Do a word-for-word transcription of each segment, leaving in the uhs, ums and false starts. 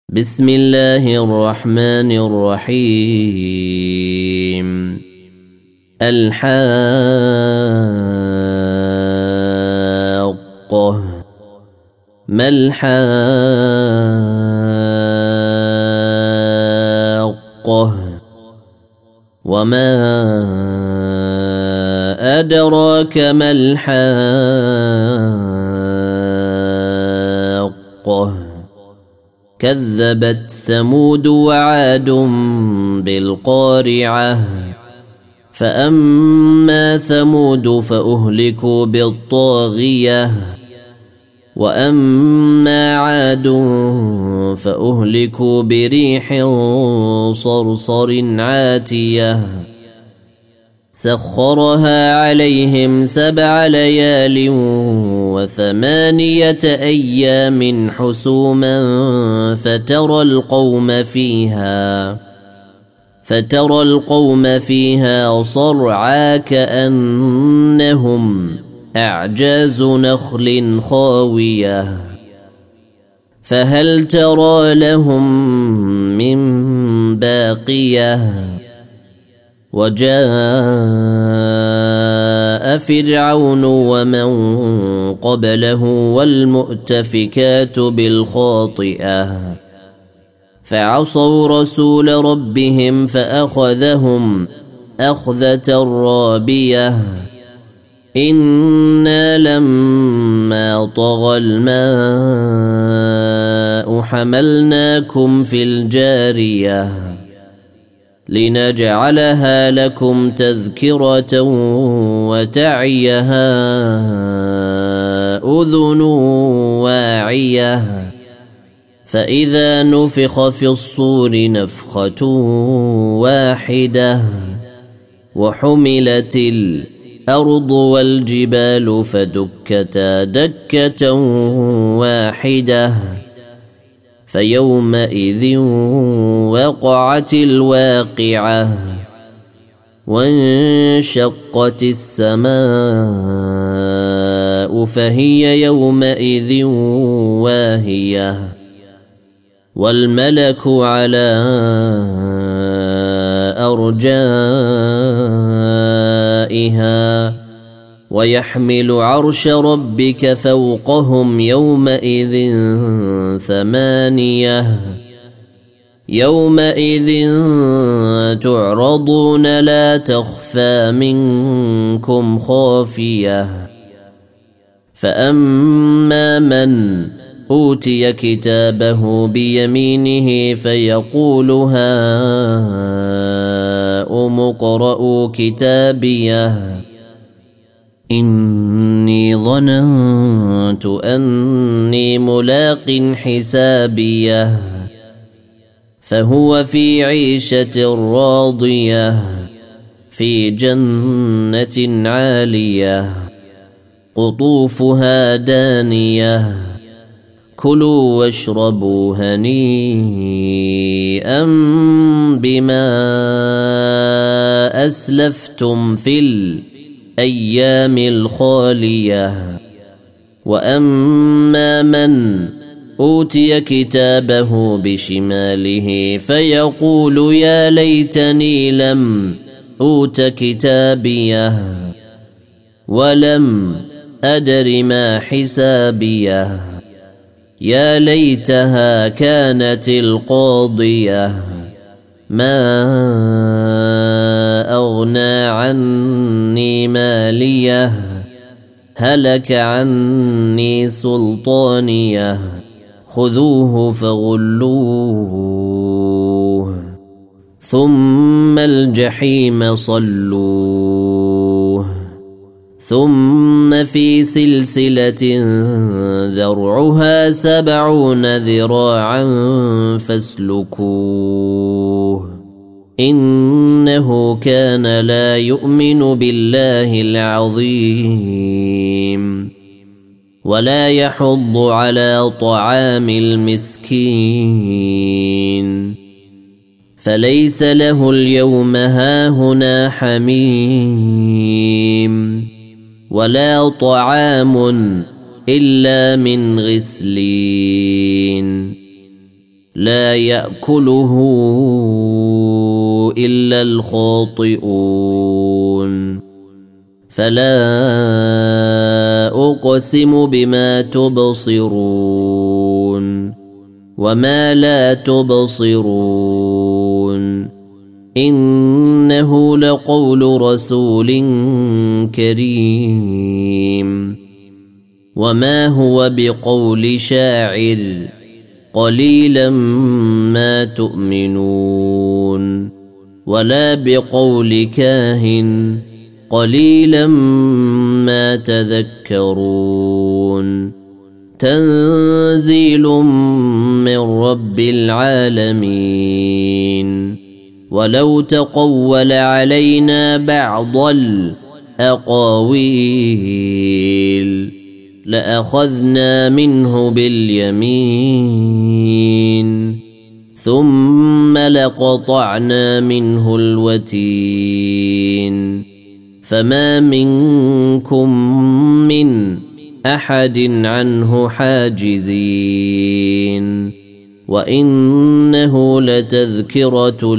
بسم الله الرحمن الرحيم. الحاقة ما الحاقة وما أدراك ما الحاقة كذبت ثمود وعاد بالقارعة فأما ثمود فأهلكوا بالطاغية وأما عاد فأهلكوا بريح صرصر عاتية سخرها عليهم سبع ليال وثمانية أيام حسوما فترى القوم فيها فترى القوم فيها صرعى كأنهم أعجاز نخل خاوية فهل ترى لهم من باقية وجاء فرعون ومن قبله والمؤتفكات بالخاطئة فعصوا رسول ربهم فأخذهم أخذة رابية إنا لما طغى الماء حملناكم في الجارية لنجعلها لكم تذكرة وتعيها أذن واعية فإذا نفخ في الصور نفخة واحدة وحملت الأرض والجبال فدكتا دكة واحدة فيومئذ وقعت الواقعة وانشقت السماء فهي يومئذ واهية والملك على أرجائها ويحمل عرش ربك فوقهم يومئذ ثمانية يومئذ تعرضون لا تخفى منكم خافية فأما من أوتي كتابه بيمينه فيقول هاؤم اقرءوا كتابيه إني ظننت أني ملاق حسابيه فهو في عيشة راضية في جنة عالية قطوفها دانية كلوا واشربوا هنيئا بما أسلفتم في الأيام الخالية وأما من أوتي كتابه بشماله فيقول يا ليتني لم أوت كتابيه ولم أدر ما حسابيه يا ليتها كانت القاضية ما أغنى عني ماليه هلك عني سلطانيه خذوه فغلوه ثم الجحيم صلوه ثم في سلسلة ذرعها سبعون ذراعا فاسلكوه إنه كان لا يؤمن بالله العظيم ولا يحض على طعام المسكين فليس له اليوم هاهنا حميم ولا طعام إلا من غسلين لا يأكله إلا الخاطئون فلا أقسم بما تبصرون وما لا تبصرون إنه لقول رسول كريم وما هو بقول شاعر قليلا ما تؤمنون ولا بقول كاهن قليلا ما تذكرون تنزيل من رب العالمين ولو تقول علينا بعض الأقاويل لأخذنا منه باليمين ثم لقطعنا منه الوتين فما منكم من أحد عنه حاجزين وإنه لتذكرة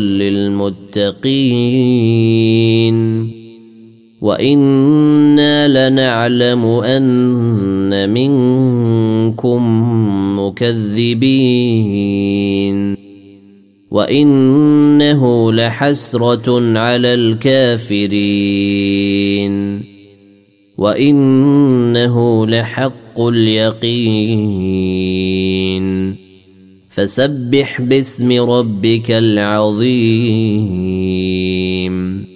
للمتقين وإنا لنعلم أن منكم مكذبين وإنه لحسرة على الكافرين وإنه لحق اليقين فسبح باسم ربك العظيم